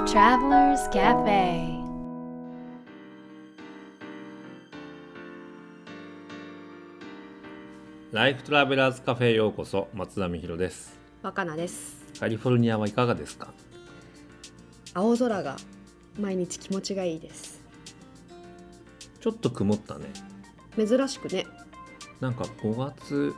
Travelers Cafe。 ライフトラベラーズカフェへようこそ。松田美弘です。 若菜です。 カリフォルニアはいかがですか？ 青空が毎日気持ちがいいです。 ちょっと曇ったね。 珍しくね。 なんか4月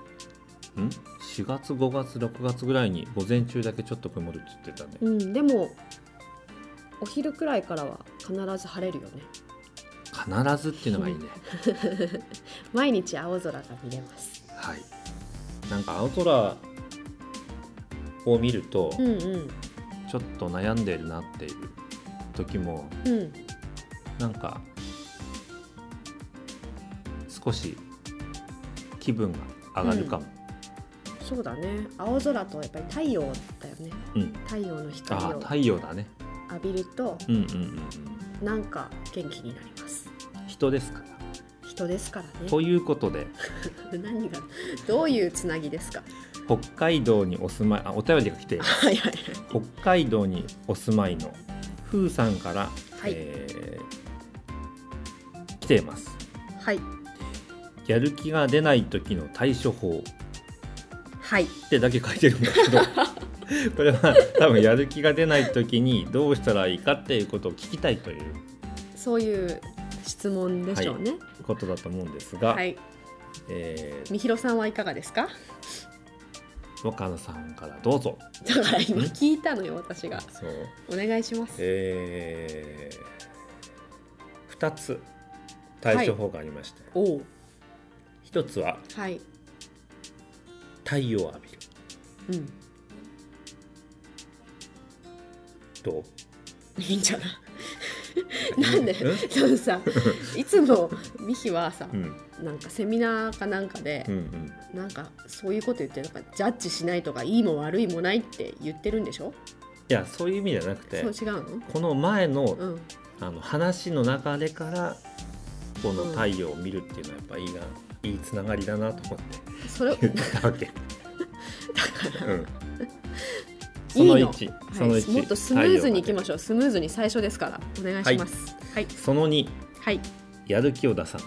5月6月ぐらいに午前中だけちょっと曇るって言ってたね。 でもお昼くらいからは必ず晴れるよね。 必ずっていうのがいいね毎日青空が見れます。 はい。なんか青空を見ると、ちょっと悩んでいるなっていう時も、なんか少し気分が上がるかも。 そうだね。青空とやっぱり太陽だよね。太陽の光を太陽だね。 浴びると、なんか元気になります。 人ですから。 人ですからね。 ということで何がどういうつなぎですか？ 北海道にお住まい、お便りが来ています。北海道にお住まいのふーさんから、来ています。 はい。 やる気が出ない時の対処法、 はいってだけ書いてるんだけどこれは多分やる気が出ない時にどうしたらいいかっていうことを聞きたいという、 そういう質問でしょうね。 ことだと思うんですが、 みひろさんはいかがですか？ 若菜さんからどうぞ。 だから今聞いたのよ、私が。 そう、 お願いします。 2つ対処法がありまして、1つは、太陽を浴びる。どう？ いいんじゃないなんでそのさ、いつもミヒはさ、なんかセミナーかなんかで、なんかそういうこと言ってるのか、ジャッジしないとかいいも悪いもないって言ってるんでしょ？いや、そういう意味じゃなくて、 そう違うの？この前の、話の流れからこの太陽を見るっていうのはやっぱいいつながりだなと思ってそれ言ってたわけだから、 いいの。 その1、 もっとスムーズにいきましょう。スムーズに最初ですからお願いします。 その2、やる気を出さない。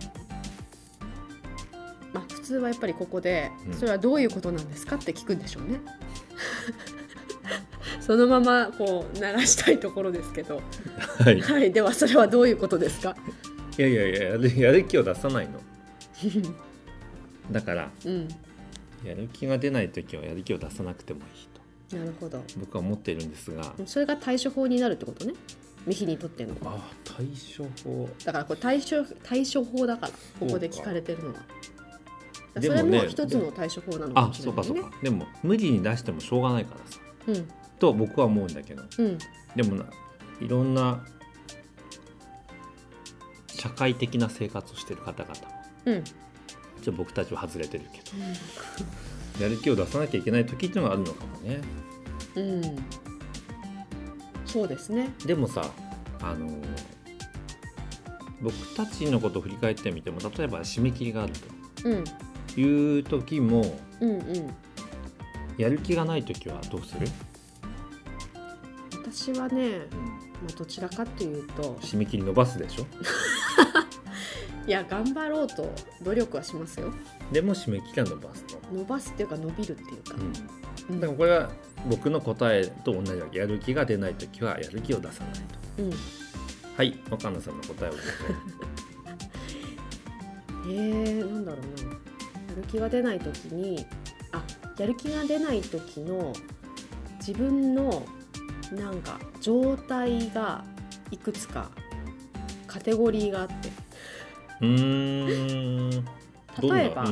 普通はやっぱりここで、それはどういうことなんですかって聞くんでしょうねそのままこう流したいところですけどではそれはどういうことですか？ いややる気を出さないのだから、やる気が出ないときはやる気を出さなくてもいいと。 なるほど。 僕は思っているんですが、 それが対処法になるってことね。ミヒにとっての。 対処法だからこれ対処法だからここで聞かれてるのは。 でもね、 それも一つの対処法なのかもしれないね。 そうか。でも無理に出してもしょうがないからさ、と僕は思うんだけど、でもいろんな社会的な生活をしている方々も、僕たちは外れてるけど、やる気を出さなきゃいけない時っていうのがあるのかもね。 そうですね。 でもさ、僕たちのことを振り返ってみても、例えば締め切りがあるという時も、やる気がない時はどうする？ 私はね、どちらかというと締め切り伸ばすでしょいや、頑張ろうと努力はしますよ。 でも締め切りは伸ばすの。 伸ばすっていうか伸びるっていうか、 だからこれは僕の答えと同じわけ。やる気が出ないときはやる気を出さないと。はい、若菜さんの答えをどうぞ。 なんだろうな。やる気が出ないときに、やる気が出ないときの自分のなんか状態がいくつかカテゴリーがあって、例えば、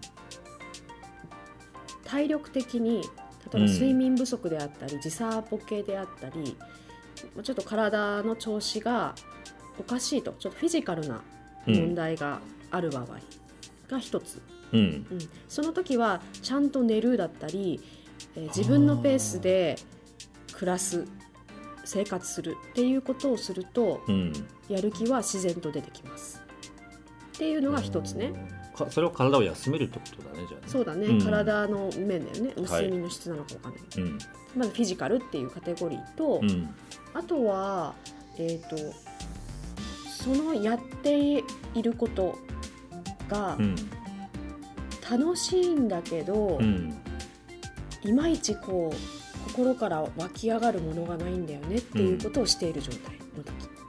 体力的に、例えば睡眠不足であったり、時差ボケであったり、ちょっと体の調子がおかしいと、ちょっとフィジカルな問題がある場合が一つ、その時はちゃんと寝るだったり、自分のペースで暮らす、生活するっていうことをすると、やる気は自然と出てきますっていうのが一つね。 それを体を休めるってことだねじゃあね。 そうだね、体の面だよね。睡眠の質なのか分かんないけど、まずフィジカルっていうカテゴリーと、あとはそのやっていることが楽しいんだけど、いまいちこう心から湧き上がるものがないんだよねっていうことをしている状態の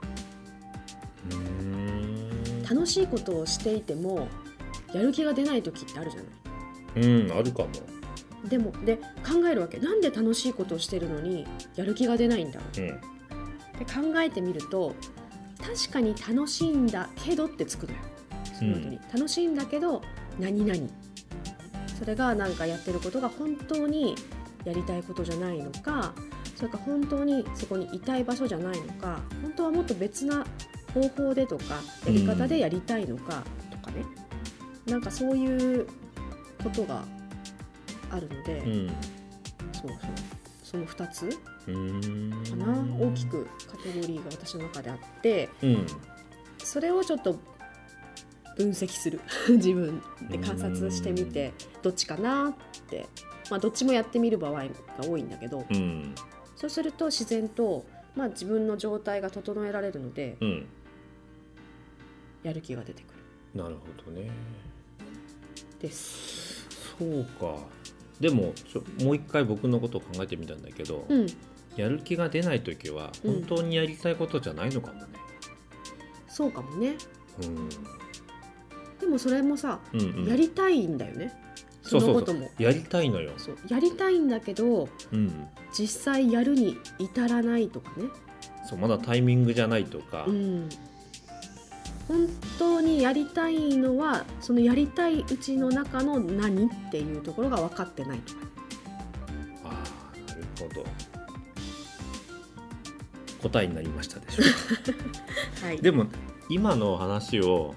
時、楽しいことをしていてもやる気が出ない時ってあるじゃない。 あるかも。 で考えるわけ。なんで楽しいことをしてるのにやる気が出ないんだろう、で考えてみると、確かに楽しいんだけどってつくのよ。その後に、楽しいんだけど何々、それがなんかやってることが本当にやりたいことじゃないのか、それか本当にそこにいたい場所じゃないのか、本当はもっと別な方法でとかやり方でやりたいのかとかね、なんかそういうことがあるので、その2つかな、大きくカテゴリーが私の中であって、それをちょっと分析する自分で観察してみて、どっちかなって、どっちもやってみる場合が多いんだけど、そうすると自然と、自分の状態が整えられるので、やる気が出てくる。 なるほどね。 です。 そうか。でももう一回僕のことを考えてみたんだけど、やる気が出ないときは本当にやりたいことじゃないのかもね。 そうかもね。でもそれもさ、やりたいんだよね。そのこともやりたいのよ。 やりたいんだけど、実際やるに至らないとかね。 まだタイミングじゃないとか、 本当にやりたいのはそのやりたいうちの中の何っていうところが分かってないとか。 なるほど。答えになりましたでしょうか。でも今の話を、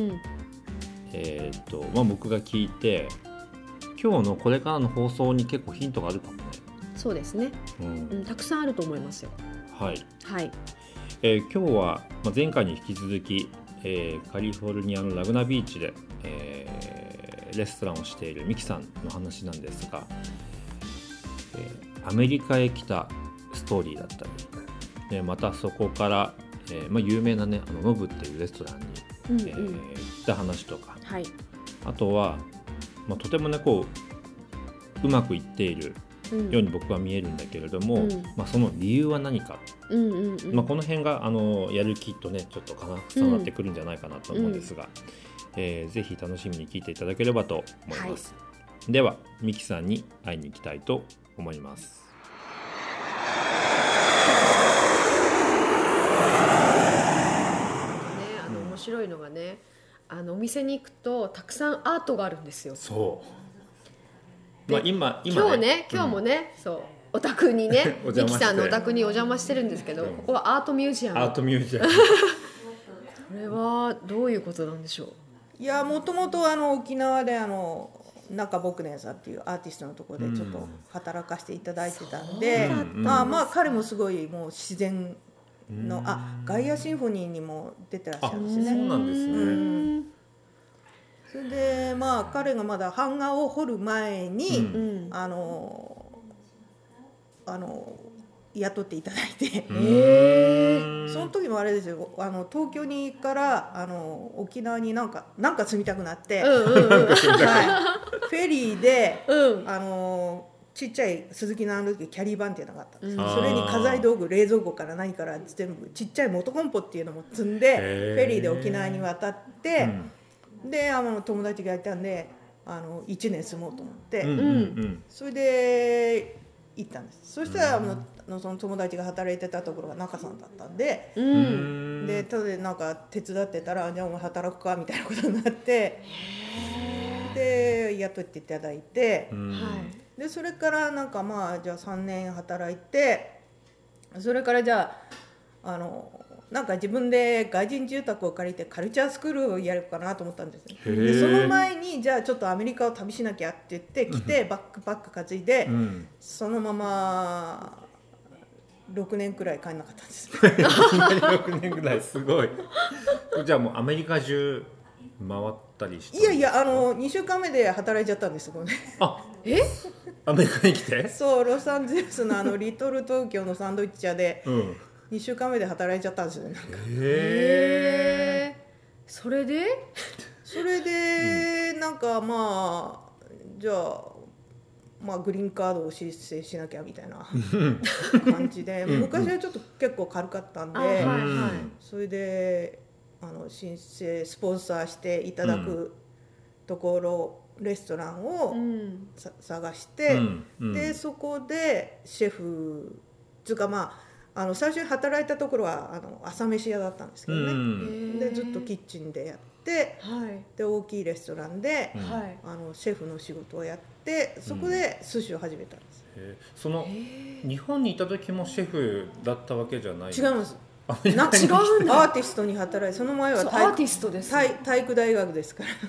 僕が聞いて、今日のこれからの放送に結構ヒントがあるかもね。 そうですね、たくさんあると思いますよ。 はい、今日は前回に引き続き、カリフォルニアのラグナビーチで、レストランをしているミキさんの話なんですが、アメリカへ来たストーリーだったり、またそこから、有名なねノブっていうレストランに、行った話とか、あとは、とてもねこううまくいっているように僕は見えるんだけれども、その理由は何か、この辺がやる気とねちょっと重なってくるんじゃないかなと思うんですが、ぜひ楽しみに聞いていただければと思います。ではミキさんに会いに行きたいと思います。 面白いのがね、お店に行くとたくさんアートがあるんですよ。 そう、今日もね、そうお宅にねミキさんのお宅にお邪魔してるんですけど、ここはアートミュージアム。これはどういうことなんでしょう。 いや、もともと沖縄で中ボクネンさんっていうアーティストのところでちょっと働かせていただいてたんで、彼もすごいもう自然のガイアシンフォニーにも出てらっしゃるんですね。 そうなんですね。 それで彼がまだ版画を彫る前に、雇っていただいて、その時もあれですよ、東京にから沖縄になんか住みたくなって、フェリーで、ちっちゃい鈴木の時キャリーバンっていうのがあったんです、それに家財道具、冷蔵庫から何から全部ちっちゃいモトコンポっていうのも積んでフェリーで沖縄に渡って、で友達がいたんで1年住もうと思って、それで行ったんです。そしたらその友達が働いてたところが中さんだったんで、でただでなんか手伝ってたら、じゃあお前働くかみたいなことになって、で雇っていただいて、でそれからなんかじゃあ3年働いて、それからじゃあなんか自分で外人住宅を借りてカルチャースクールをやるかなと思ったんです。でその前にじゃあちょっとアメリカを旅しなきゃって言って来て、バックパック担いで、そのまま6年くらい帰んなかったんです。 6年くらいすごい。じゃあもうアメリカ中回ったりしたんですか？ いやいや2週間目で働いちゃったんですよね。 アメリカに来てそうロサンゼルスのリトル東京のサンドイッチ屋で2週間目で働いちゃったんですよね。なんかそれでなんかまあじゃあグリーンカードを申請しなきゃみたいな感じで昔はちょっと結構軽かったんで、それで申請スポンサーしていただくところ、レストランを探して、でそこでシェフつうか最初に働いたところは朝飯屋だったんですけどね、でずっとキッチンでやって、で大きいレストランで、シェフの仕事をやってそこで寿司を始めたんです。 その日本にいた時もシェフだったわけじゃない？ 違います。 違うんだ。アーティストに働いて、その前はアーティストです、 体育大学ですから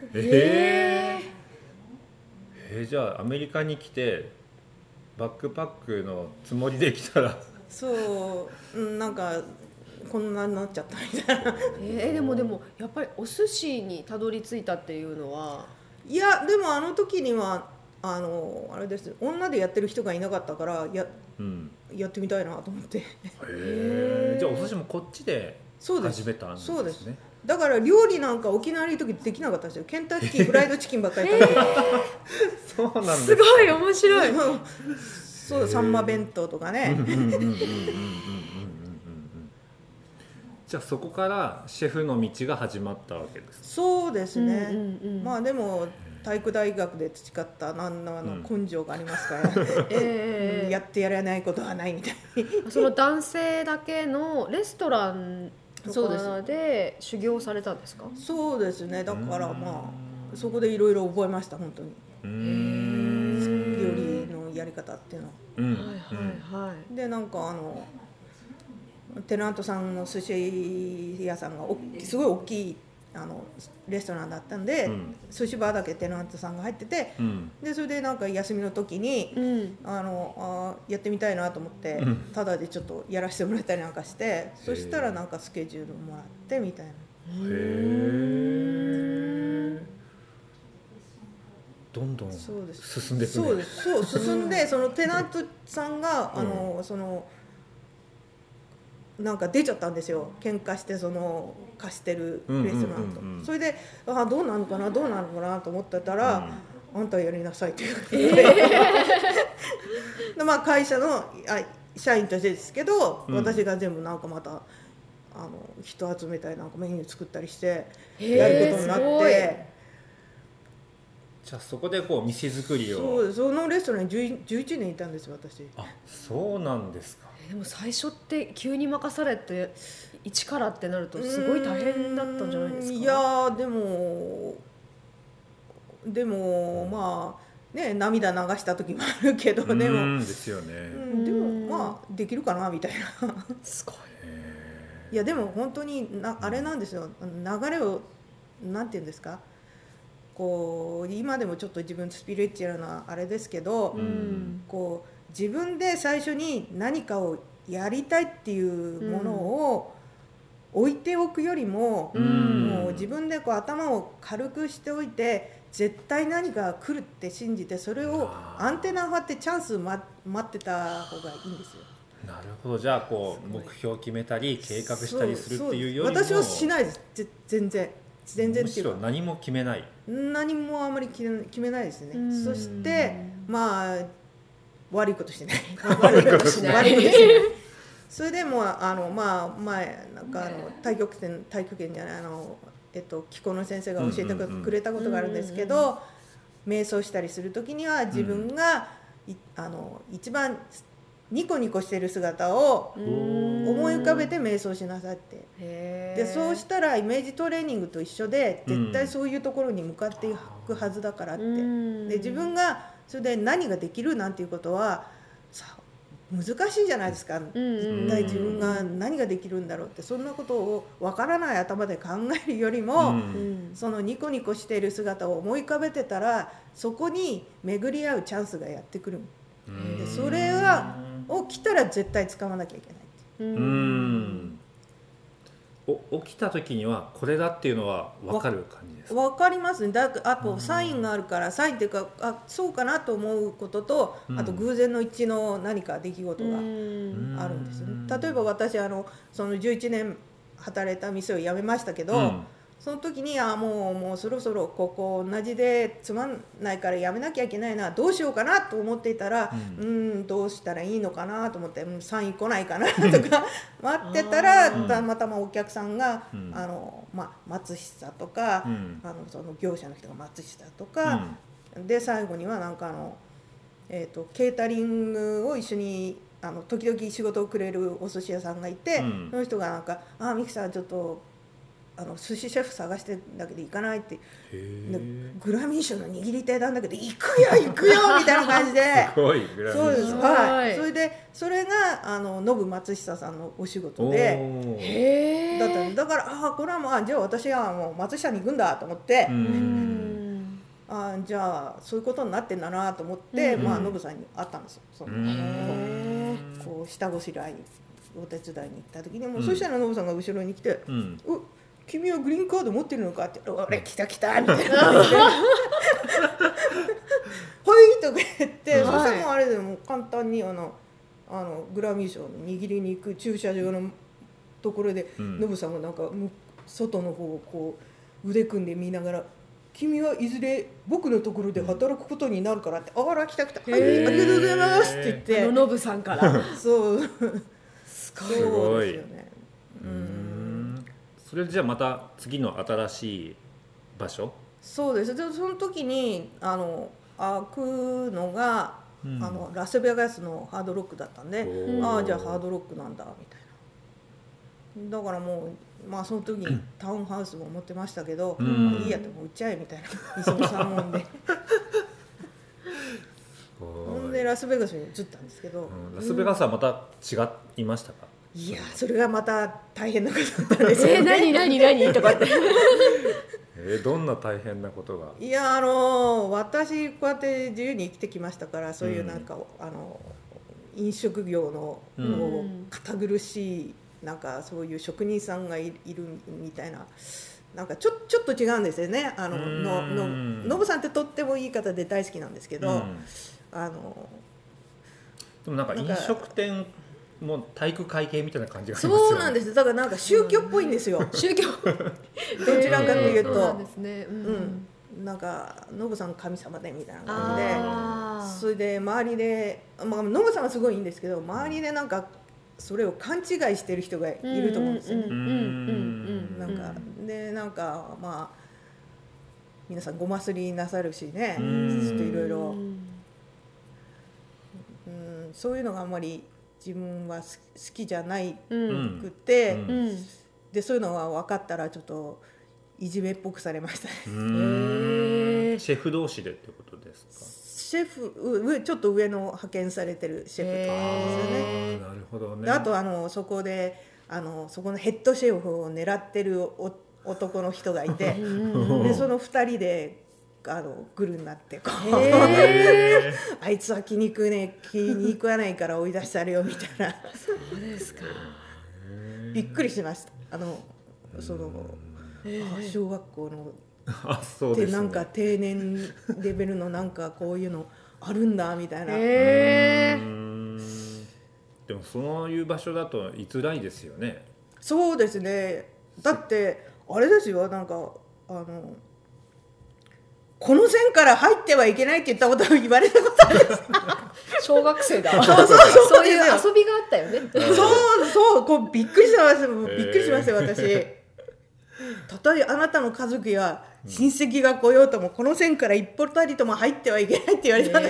じゃあアメリカに来てバックパックのつもりで来たらそうなんかこんなになっちゃったみたいなでもやっぱりお寿司にたどり着いたっていうのは、 いやでも時にはあれです、女でやってる人がいなかったからやってみたいなと思ってじゃあお寿司もこっちで始めたんですね。 そうですね。だから料理なんか沖縄にいる時できなかったんですよ。ケンタッキーフライドチキンばっかり食べてそうなんです。 すごい面白いそうサンマ弁当とかねじゃあそこからシェフの道が始まったわけです。 そうですね、でも体育大学で培った根性がありますから、やってやれないことはないみたいにその男性だけのレストランとかで修行されたんですか？ そうですね。だからそこでいろいろ覚えました本当に。料理のやり方っていうの。でなんかテナントさんの寿司屋さんがすごい大きいレストランだったんで、寿司バーだけテナントさんが入ってて、でそれでなんか休みの時に、やってみたいなと思って、タダでちょっとやらせてもらったりなんかして、そしたらなんかスケジュールもらってみたいな。 どんどん進んでいくね。 そう進んでそのテナントさんがなんか出ちゃったんですよ。喧嘩して貸してるレストランと、それでどうなのかなと思ってたら、あんたやりなさいって言うで、会社の社員としてですけど、私が全部なんかまた人集めたりなんかメニュー作ったりしてやることになって、 じゃあそこで店作りを。 そのレストランに11年いたんですよ私。 そうなんですか。 でも最初って急に任されて一からってなるとすごい大変だったんじゃないですか？ いやでも涙流した時もあるけど、でもですよね。 でもできるかなみたいなすごい。 いやでも本当にあれなんですよ、流れをなんていうんですか、今でもちょっと自分スピリチュアルなあれですけど、自分で最初に何かをやりたいっていうものを置いておくよりも、もう自分で頭を軽くしておいて、絶対何か来るって信じて、それをアンテナ張ってチャンス待ってた方がいいんですよ。 なるほど。じゃあ目標を決めたり計画したりするっていうよりも、 私はしないです。全然むしろ何も決めない。 何もあまり決めないですね。そして悪いことしてない。悪いことしない。それでも前なんか太極拳じゃない気候の先生が教えてくれたことがあるんですけど、瞑想したりする時には自分が一番ニコニコしてる姿を思い浮かべて瞑想しなさいって。でそうしたらイメージトレーニングと一緒で、絶対そういうところに向かっていくはずだからって。で自分がそれで何ができるなんていうことは難しいじゃないですか。一体自分が何ができるんだろうって、そんなことを分からない頭で考えるよりも、そのニコニコしている姿を思い浮かべてたら、そこに巡り合うチャンスがやってくる。でそれを来たら絶対使わなきゃいけない。 起きた時にはこれだっていうのは分かる感じですか？ 分かりますね。あとサインがあるから、サインっていうかそうかなと思うことと、あと偶然の一致の何か出来事があるんですよね。例えば私その11年働いた店を辞めましたけど、その時にもうそろそろここ同じでつまんないからやめなきゃいけないな、どうしようかなと思っていたら、どうしたらいいのかなと思って、サイン来ないかなとか待ってたら、たまたまお客さんが、松下とか、その業者の人が松下とか、で最後にはなんかケータリングを一緒に時々仕事をくれるお寿司屋さんがいて、その人がなんか「ミキさんちょっと寿司シェフ探してんだけど行かない」って、グラミー賞の握り手なんだけど行くよみたいな感じですごいグラミー賞。 そうです、はい。それがノブ松下さんのお仕事で、だからこれはもうじゃあ私はもう松下に行くんだと思って、じゃあそういうことになってんだなと思って、ノブさんに会ったんですよ。こう下ごしらえにお手伝いに行った時にも、そしたらノブさんが後ろに来て「君はグリーンカード持ってるのか?」って「俺来た」みたいなほいとか言って、そしたらもうあれでも簡単にグラミー賞の握りに行く駐車場のところで、ノブさんがなんか外の方をこう腕組んで見ながら「君はいずれ僕のところで働くことになるから」って「あら来た、はい、ありがとうございます」って言ってノブさんからそうすごいですよね。 それじゃあまた次の新しい場所？ そうです。でその時に開くのが、ラスベガスのハードロックだったんで、じゃあハードロックなんだみたいな。だからもうその時にタウンハウスも持ってましたけど、いいやってもう売っちゃえみたいな磯野さんもんでほんでラスベガスに移ったんですけど、 ラスベガスはまた違いましたか？ いやそれがまた大変なことだったんですよね。何とかってどんな大変なことが？ いや私こうやって自由に生きてきましたから、そういうなんか、飲食業の堅苦しいなんかそういう職人さんがいるみたいな、なんかちょっと違うんですよね。ノブさんってとってもいい方で大好きなんですけど、 でもなんか飲食店もう体育会系みたいな感じがありますよね。 そうなんです。だからなんか宗教っぽいんですよ。 宗教どちらかというと、 そうなんですね。 なんかノブさん神様でみたいな感じで、それで周りで、ノブさんはすごいいいんですけど、周りでなんかそれを勘違いしてる人がいると思うんですよね。なんか皆さんごますりなさるしね、ちょっといろいろそういうのがあんまり自分は好きじゃないくて、でそういうのが分かったらちょっといじめっぽくされましたね。 シェフ同士でってことですか？ シェフちょっと上の派遣されてるシェフとかですよね。 なるほどね。 であとそこでそこのヘッドシェフを狙ってる男の人がいてでその2人でグルになってこうあいつは気に食わないから追い出してあるよみたいな。 そうですか。 びっくりしました。小学校のでなんか低年レベルのなんかこういうのあるんだみたいな。 でもそういう場所だと居づらいですよね。 そうですね。だってあれですよ、なんかこの線から入ってはいけないって言ったことを言われたことあるんです小学生だ。 そういう遊びがあったよね。 そうこうびっくりしました。びっくりしましたよ私。たとえあなたの家族や親戚が来ようともこの線から一歩たりとも入ってはいけないって言われたん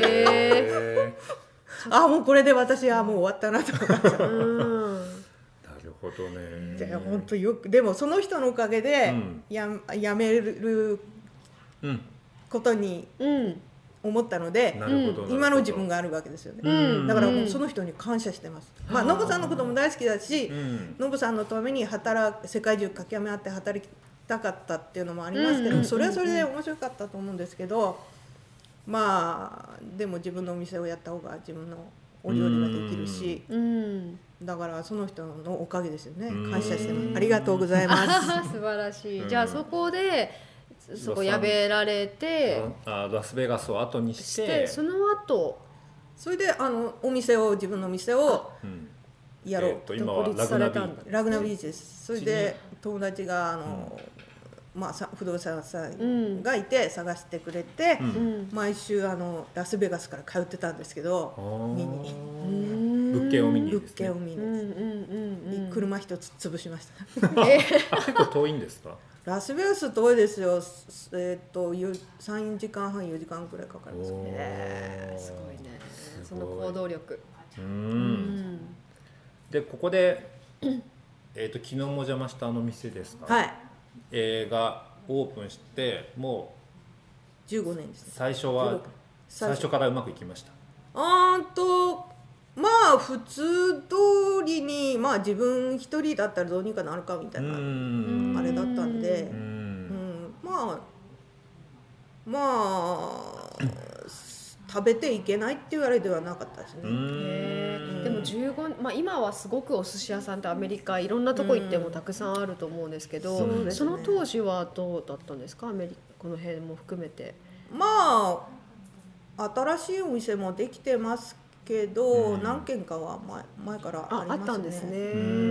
ですよ。もうこれで私はもう終わったなと思いました。 なるほどね。 じゃあ本当よくでもその人のおかげでやめることに思ったので、今の自分があるわけですよね。だからもうその人に感謝してます。ノブさんのことも大好きだし、ノブさんのために世界中駆け回って働きたかったっていうのもありますけど、それはそれで面白かったと思うんですけど、でも自分のお店をやった方が自分のお料理ができるし、だからその人のおかげですよね。感謝してます。ありがとうございます素晴らしい。じゃあそこでそこやめられてラスベガスを後にしてその後それで自分のお店をやろう、 今はラグナビーチです。それで友達が不動産さんがいて探してくれて、毎週ラスベガスから通ってたんですけど、 物件を見にですね、車一つ潰しました。 結構遠いんですか？ ラスベガス遠いですよ。3時間半4時間くらいかかるんですけど、 すごいね。その行動力。 でここで昨日も邪魔した店ですか？ はい。 がオープンしてもう15年ですね。 最初からうまくいきました？ 普通通りに自分一人だったらどうにかなるかみたいなあれだったんで、食べていけないって言われではなかったですね。 でも今はすごくお寿司屋さんってアメリカいろんなとこ行ってもたくさんあると思うんですけど、その当時はどうだったんですか？アメリカこの辺も含めて。 新しいお店もできてますけど、何軒かは前からありますね。 あったんですね。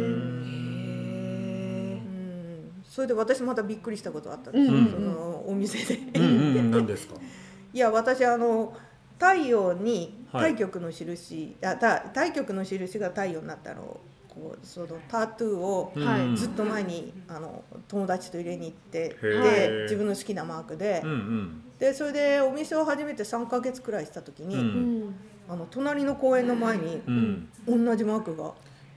それで私またびっくりしたことあったんですよ、そのお店で。 何ですか？ いや、私太陽に太極の印、太極の印が太陽になったのをそのタトゥーをずっと前に友達と入れに行ってで、自分の好きなマークで、でそれでお店を始めて3ヶ月くらいした時に、隣の公園の前に同じマークが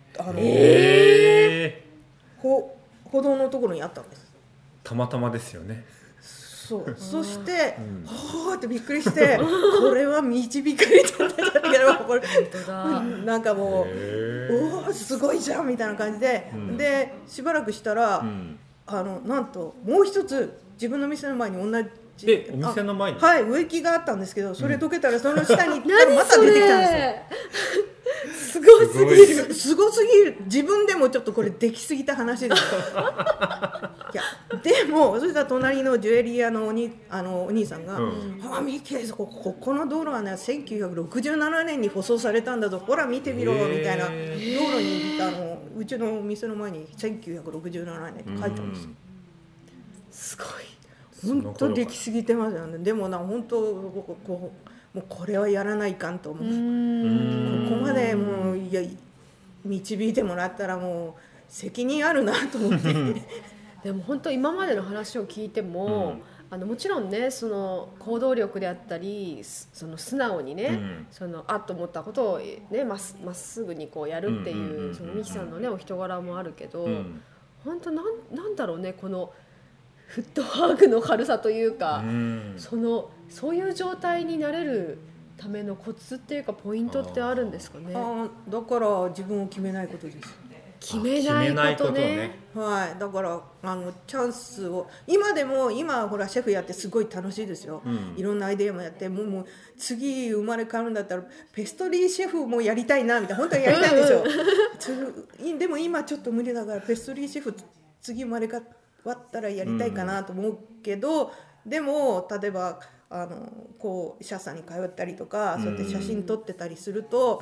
歩道のところにあったんです。 たまたまですよね。 そして、ほーってびっくりしてこれは導かれたんだけど、これなんかもうおーすごいじゃんみたいな感じで、でしばらくしたら、なんともう一つ自分の店の前に同じお店の前に植木があったんですけど、それどけたらその下に行ったらまた出てきたんですよ。 すごすぎる。 すごすぎる。自分でもちょっとこれできすぎた話です。いやでもそしたら隣のジュエリー屋のお兄さんが「ミキー、この道路はね1967年に舗装されたんだぞ、ほら見てみろ」みたいな、道路にうちの店の前に1967年って書いてあるんですよ。 すごい。 本当できすぎてますよね。でも本当もうこれはやらないかんと思う。ここまでもう導いてもらったらもう責任あるなと思ってでも本当今までの話を聞いても、もちろんね、その行動力であったりその素直にね、と思ったことをねまっすぐにやるっていう、そのミキさんのねお人柄もあるけど、本当なんだろうね、このフットワークの軽さというか、そういう状態になれるためのコツっていうかポイントってあるんですかね？ だから自分を決めないことです。 決めないことね。 はい。だからチャンスを今ほらシェフやってすごい楽しいですよ。いろんなアイデアもやって、もう次生まれ変わるんだったらペストリーシェフもやりたいなみたいな、本当にやりたいんですよ。でも今ちょっと無理だからペストリーシェフ次生まれ変わったらやりたいかなと思うけど、でも例えば社さんに通ったりとか、そうやって写真撮ってたりすると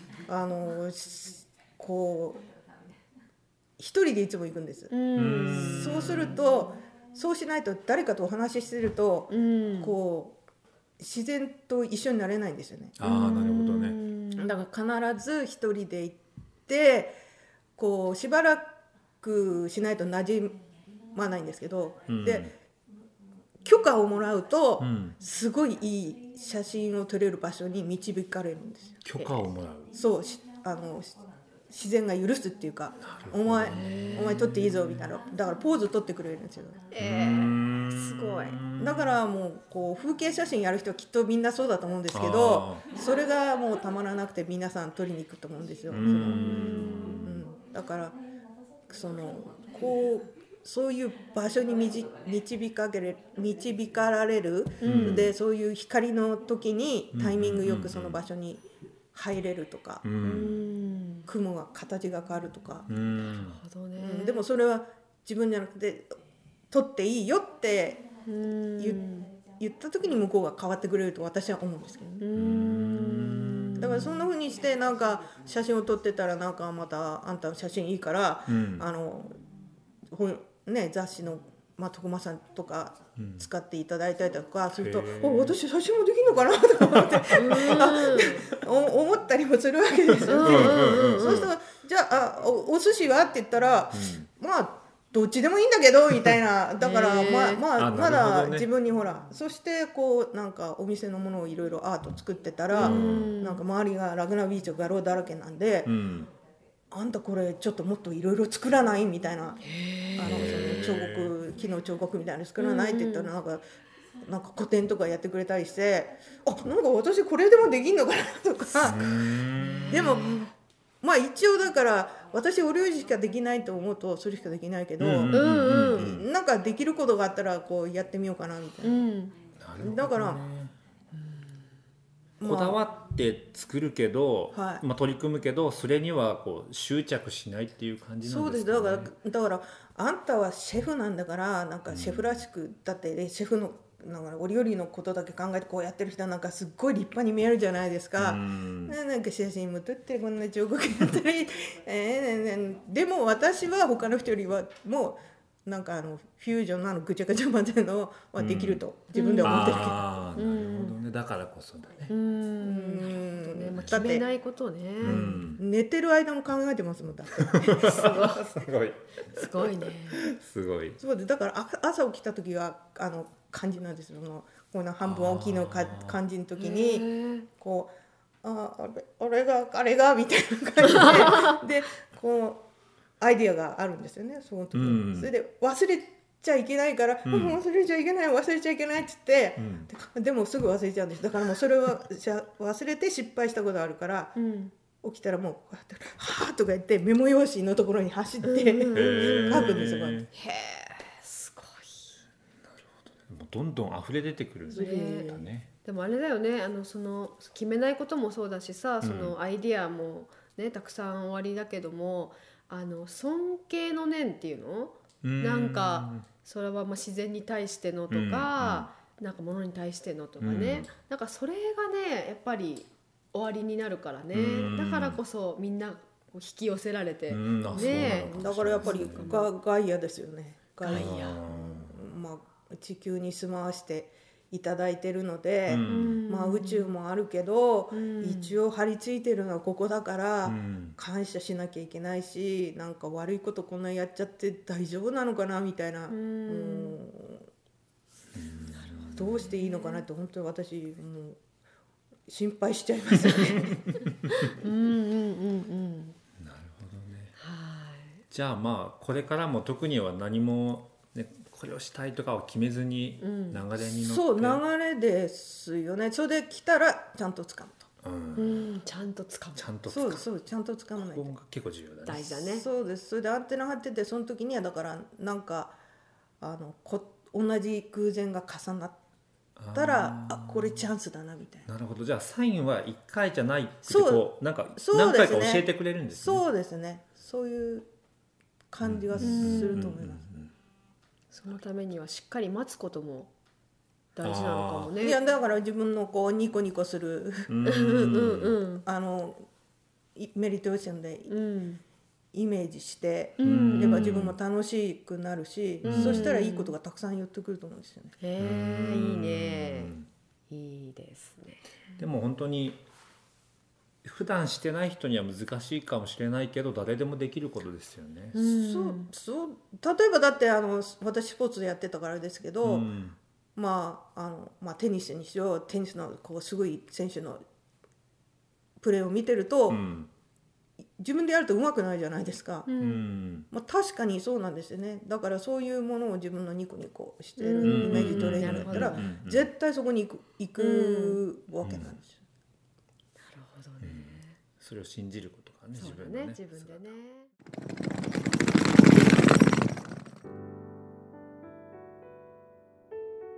一人でいつも行くんです。そうすると、そうしないと誰かとお話ししてると、自然と一緒になれないんですよね。 なるほどね。 だから必ず一人で行ってしばらくしないと馴染まないんですけど、で許可をもらうと、すごいいい写真を撮れる場所に導かれるんですよ。 許可をもらう。 そう自然が許すっていうか、お前撮っていいぞみたいな、だからポーズ撮ってくれるんですよ。 すごい。 だからもう風景写真やる人はきっとみんなそうだと思うんですけど、それがもうたまらなくて皆さん撮りに行くと思うんですよ。だからそういう場所に導かられる、でそういう光の時にタイミングよくその場所に入れるとか、雲が形が変わるとか、 なるほどね。 でもそれは自分じゃなくて撮っていいよって言った時に向こうが変わってくれると私は思うんですけどね。だからそんな風にしてなんか写真を撮ってたらなんかまたあんたの写真いいから、雑誌の徳間さんとか使っていただいたりとかすると、私写真もできるのかなとか思ったりもするわけですよね。そうするとじゃあお寿司はって言ったら、まあどっちでもいいんだけどみたいな。だからまだ自分にほら、そしてこうなんかお店のものをいろいろアート作ってたら、なんか周りがラグナビーチの画廊だらけなんで、あんたこれちょっともっといろいろ作らないみたいな、その彫刻、木の彫刻みたいなの作らないって言ったらなんか個展とかやってくれたりして、なんか私これでもできんのかなとか。でもまあ一応だから私お料理しかできないと思うとそれしかできないけど、なんかできることがあったらこうやってみようかなみたいな。だからこだわって作るけど、取り組むけどそれにはこう執着しないっていう感じなんですかね。 そうです。だからあんたはシェフなんだからなんかシェフらしく、だってシェフのなんかお料理のことだけ考えてこうやってる人はなんかすっごい立派に見えるじゃないですか。なんか写真も撮ってこんな彫刻やったりでも私は他の人よりはもうなんかフュージョンなのぐちゃぐちゃまでのはできると自分では思ってるけど。 なるほどね。だからこそだね。 決めないことね。 寝てる間も考えてますもんだって。 すごいね。 すごい。 そうでだから朝起きた時は感じなんですよ。この半分大きいの感じの時にこうあれがみたいな感じでこうアイディアがあるんですよね。その時に、それで忘れちゃいけないから、忘れちゃいけないって言って、でもすぐ忘れちゃうんです。だからもうそれは忘れて失敗したことあるから、起きたらもうこうやってはーとか言ってメモ用紙のところに走って書くんですよ。 すごい。 どんどん溢れ出てくるんだね。 でもあれだよね、その決めないこともそうだしさ、そのアイディアもねたくさんおありだけども、尊敬の念っていうの、なんかそれはまあ自然に対してのとか、なんか物に対してのとかね、なんかそれがねやっぱり終わりになるからね。だからこそみんな引き寄せられてね。 だからやっぱりガイアですよね。ガイア、まあ地球に住まわしていただいてるので、まあ宇宙もあるけど、一応張り付いてるのはここだから、感謝しなきゃいけないし、なんか悪いことこんなやっちゃって大丈夫なのかなみたいな、どうしていいのかなって本当に私もう心配しちゃいますよね。 なるほどね。じゃあまあこれからも特には何もこれをしたいとかを決めずに流れに乗って、 そう流れですよね。それで来たらちゃんと掴むと、 ちゃんと掴む、 そうちゃんと掴まないと。 ここが結構重要だね。 大事だね。 そうです。それでアンテナ張ってて、その時にはだからなんか同じ偶然が重なったらこれチャンスだなみたいな。 なるほど。じゃあサインは1回じゃないってこうなんか何回か教えてくれるんですね。 そうですね。そういう感じがすると思います。 そのためにはしっかり待つことも大事なのかもね。 いやだから自分のこうニコニコするメディテーションでイメージしてやっぱ自分も楽しくなるし、そしたらいいことがたくさん寄ってくると思うんですよね。 いいね。いいですね。 でも本当に普段してない人には難しいかもしれないけど誰でもできることですよね。 そう例えばだって私スポーツやってたからですけど、まあテニスにしろテニスのこうすごい選手のプレーを見てると、自分でやると上手くないじゃないですか。まあ、確かにそうなんですよね。だからそういうものを自分のニコニコしてるイメージトレーニングだったら絶対そこに行くわけなんですよ。 なるほどね。 それを信じることがね、 自分でね。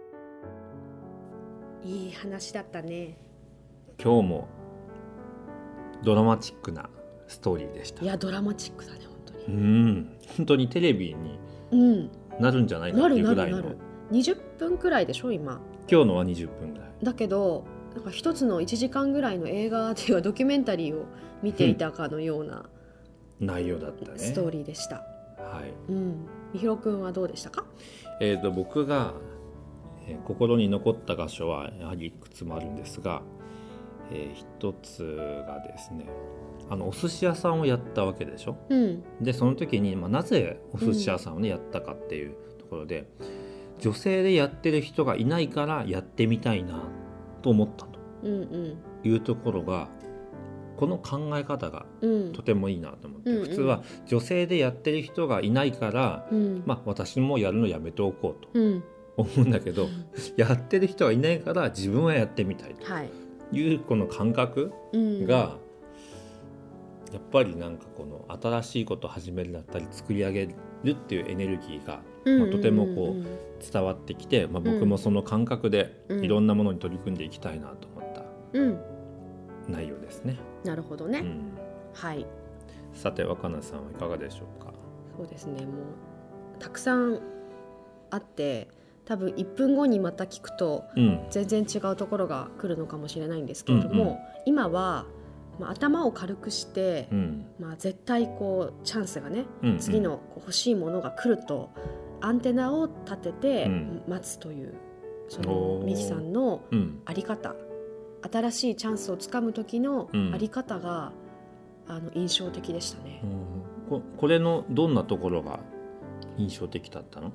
いい話だったね。 今日もドラマチックなストーリーでした。 いやドラマチックだね本当に。 本当にテレビになるんじゃないかっていうぐらいの、 なる20分くらいでしょ今日のは20分ぐらいだけど、なんか一つの1時間ぐらいの映画っていうかドキュメンタリーを見ていたかのような内容だったね。 ストーリーでした。 はい。 みひろくんはどうでしたか？ 僕が、心に残った場所はやはりいくつもあるんですが、一つがですね、お寿司屋さんをやったわけでしょ。でその時に、なぜお寿司屋さんをね、やったかっていうところで、女性でやってる人がいないからやってみたいなと思ったというところが、この考え方がとてもいいなと思って、普通は女性でやってる人がいないから、私もやるのやめておこうと思うんだけど、やってる人がいないから自分はやってみたいというこの感覚が、やっぱりなんかこの新しいことを始めるだったり作り上げるっていうエネルギーが、とてもこう伝わってきて、僕もその感覚でいろんなものに取り組んでいきたいなと思った内容ですね。 なるほどね、はい。 さて若菜さんはいかがでしょうか？ そうですね、もうたくさんあって、多分1分後にまた聞くと全然違うところが来るのかもしれないんですけれども、今は、頭を軽くして、絶対こうチャンスがね、次のこう欲しいものが来るとアンテナを立てて待つという、そのミキさんのあり方、新しいチャンスをつかむ時のあり方が、印象的でしたね。 これのどんなところが印象的だったの？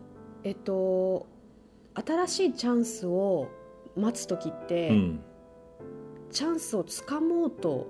新しいチャンスを待つ時って、チャンスをつかもうと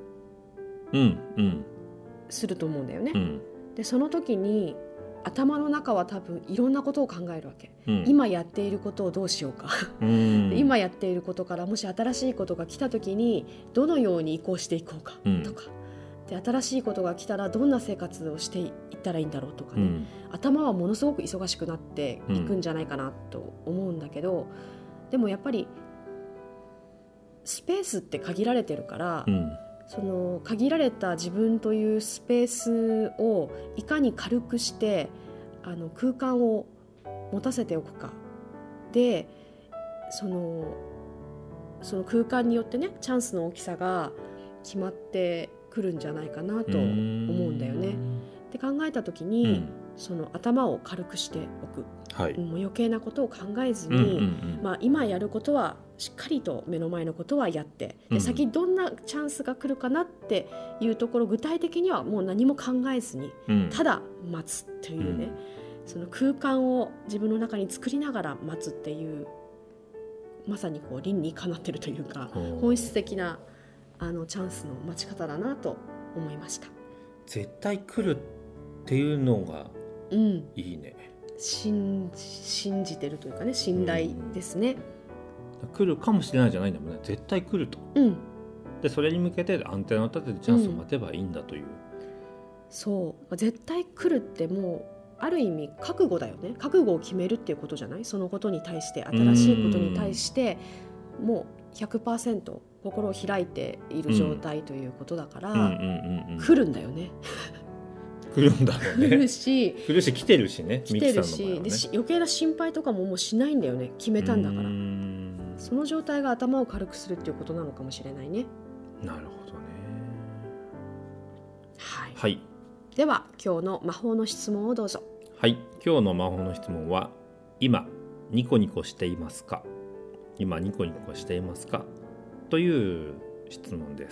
すると思うんだよね。でその時に頭の中は多分いろんなことを考えるわけ、今やっていることをどうしようか今やっていることからもし新しいことが来た時にどのように移行していこうかとか、で新しいことが来たらどんな生活をしていったらいいんだろうとかね、頭はものすごく忙しくなっていくんじゃないかなと思うんだけど、でもやっぱりスペースって限られてるから、その限られた自分というスペースをいかに軽くして空間を持たせておくかで、その空間によってねチャンスの大きさが決まってくるんじゃないかなと思うんだよね。って考えた時に、その頭を軽くしておく、もう余計なことを考えずに、今やることはしっかりと目の前のことはやって、で先どんなチャンスが来るかなっていうところ、具体的にはもう何も考えずに、ただ待つっていうね、その空間を自分の中に作りながら待つっていう、まさにこう理にかなってるというか、本質的なチャンスの待ち方だなと思いました。 絶対来るっていうのがいいね。 信じてるというかね、信頼ですね。 来るかもしれないじゃないんだもんね。絶対来ると、でそれに向けてアンテナを立ててチャンスを待てばいいんだという、 そう絶対来るってもうある意味覚悟だよね。覚悟を決めるっていうことじゃない？そのことに対して、新しいことに対してもう 100% 心を開いている状態ということだから、来るんだよね。 来るんだろうね。 来るし来てるしね。 来てるし、で余計な心配とかももうしないんだよね。決めたんだから。その状態が頭を軽くするっていうことなのかもしれないね。 なるほどね。 はい。では今日の魔法の質問をどうぞ。 はい。今日の魔法の質問は、今ニコニコしていますか？今ニコニコしていますか？という質問です。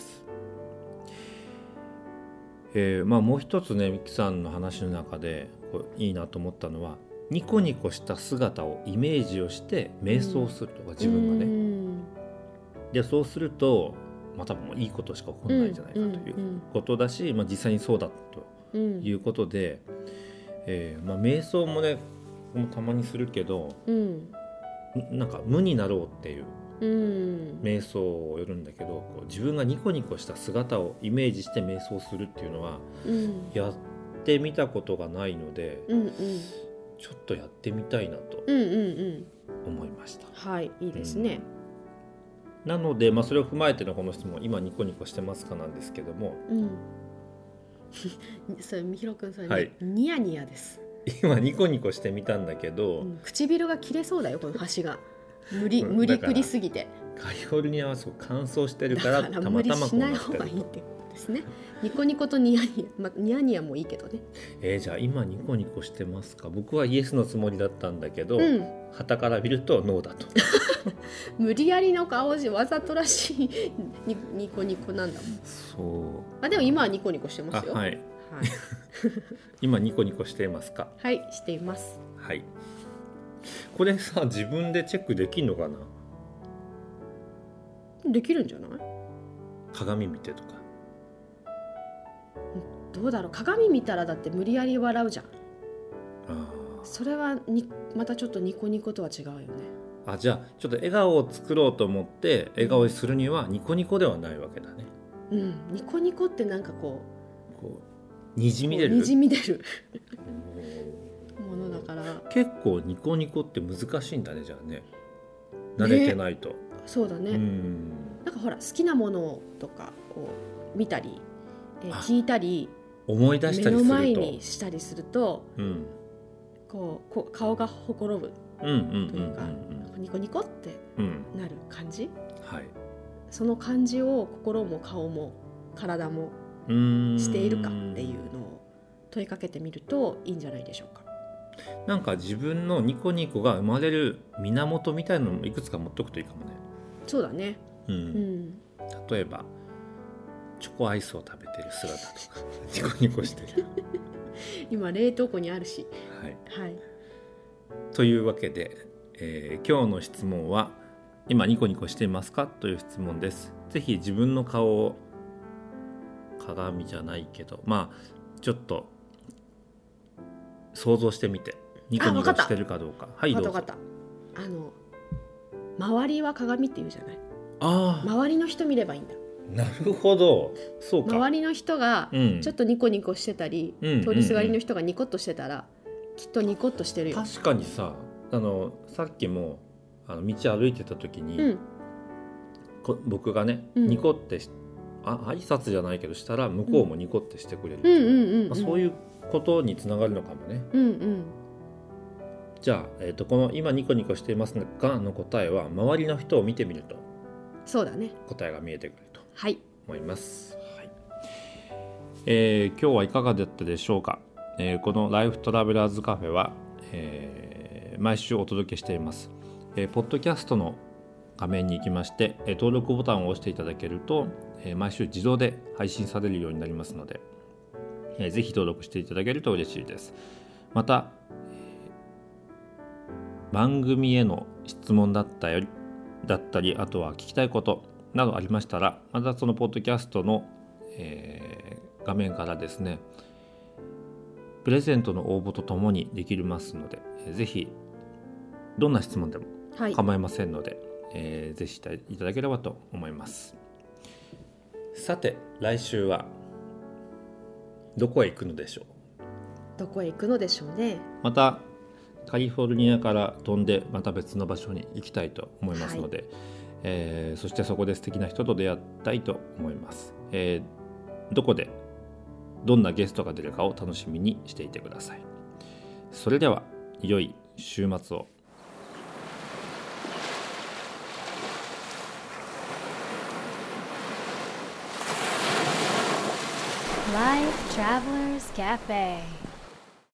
もう一つね、ミキさんの話の中でいいなと思ったのは、ニコニコした姿をイメージをして瞑想するとか、自分がね、でそうすると多分いいことしか起こらないんじゃないかということだし、実際にそうだということで、瞑想もねたまにするけど、なんか無になろうっていう瞑想をやるんだけど、自分がニコニコした姿をイメージして瞑想するっていうのは、やってみたことがないので、ちょっとやってみたいなと思いました。 はい、いいですね。 なので、それを踏まえてのこの質問、今ニコニコしてますかなんですけども、 それみひろくんそれ、 はい、 ニヤニヤです。 今ニコニコしてみたんだけど、 唇が切れそうだよこの端が無理くりすぎて。 カリフォルニアはすごく乾燥してるからたまたま無理しない方がいいってことですね。ニコニコとニヤニヤ、ニヤニヤもいいけどね。 じゃあ今ニコニコしてますか？僕はイエスのつもりだったんだけど、傍から見るとノーだと無理やりの顔しわざとらしいニコニコなんだもん。 そうでも今はニコニコしてますよ。 はい、今ニコニコしていますか？ はい、しています。 はい。これさ、自分でチェックできるのかな？ できるんじゃない？ 鏡見てとか。 どうだろう、鏡見たらだって無理やり笑うじゃん。それはまたちょっとニコニコとは違うよね。 じゃあちょっと笑顔を作ろうと思って笑顔にするにはニコニコではないわけだね。 ニコニコってなんかこうにじみ出るものだから。 結構ニコニコって難しいんだね、じゃあね、慣れてないと。 そうだね。なんかほら好きなものとかを見たり、聞いたり思い出したりすると、 目の前にしたりすると、こう顔がほころぶというか、ニコニコってなる感じ、その感じを心も顔も体もしているかっていうのを問いかけてみるといいんじゃないでしょうか。 なんか自分のニコニコが生まれる源みたいなのもいくつか持っておくといいかもね。 そうだね。 例えばチョコアイスを食べてる姿とかニコニコしてる今冷凍庫にあるし。 というわけで、今日の質問は今ニコニコしていますかという質問です。ぜひ自分の顔を鏡じゃないけどちょっと想像してみてニコニコしてるかどうか。はい、どうぞ。 周りは鏡って言うじゃない。周りの人見ればいいんだ。 なるほど、そうか。 周りの人がちょっとニコニコしてたり、通りすがりの人がニコッとしてたら、きっとニコッとしてるよ。 確かにさ、さっきも道歩いてた時に、僕がね、ニコって挨拶じゃないけどしたら向こうもニコってしてくれる。そういうことにつながるのかもね。じゃあ、この今ニコニコしていますかの答えは周りの人を見てみると、 そうだね、 答えが見えてくると思います。今日はいかがだったでしょうか。このライフトラベラーズカフェは、毎週お届けしています。ポッドキャストの画面に行きまして、登録ボタンを押していただけると、毎週自動で配信されるようになりますので、ぜひ登録していただけると嬉しいです。また、番組への質問だったり、あとは聞きたいことなどありましたら、またそのポッドキャストの、画面からですね、プレゼントの応募とともにできますので、ぜひどんな質問でも構いませんので、ぜひいただければと思います。さて、来週はどこへ行くのでしょう。 どこへ行くのでしょうね。 またカリフォルニアから飛んでまた別の場所に行きたいと思いますので、そしてそこで素敵な人と出会いたいと思います。どこでどんなゲストが出るかを楽しみにしていてください。それでは良い週末を。 Life Travelers Cafe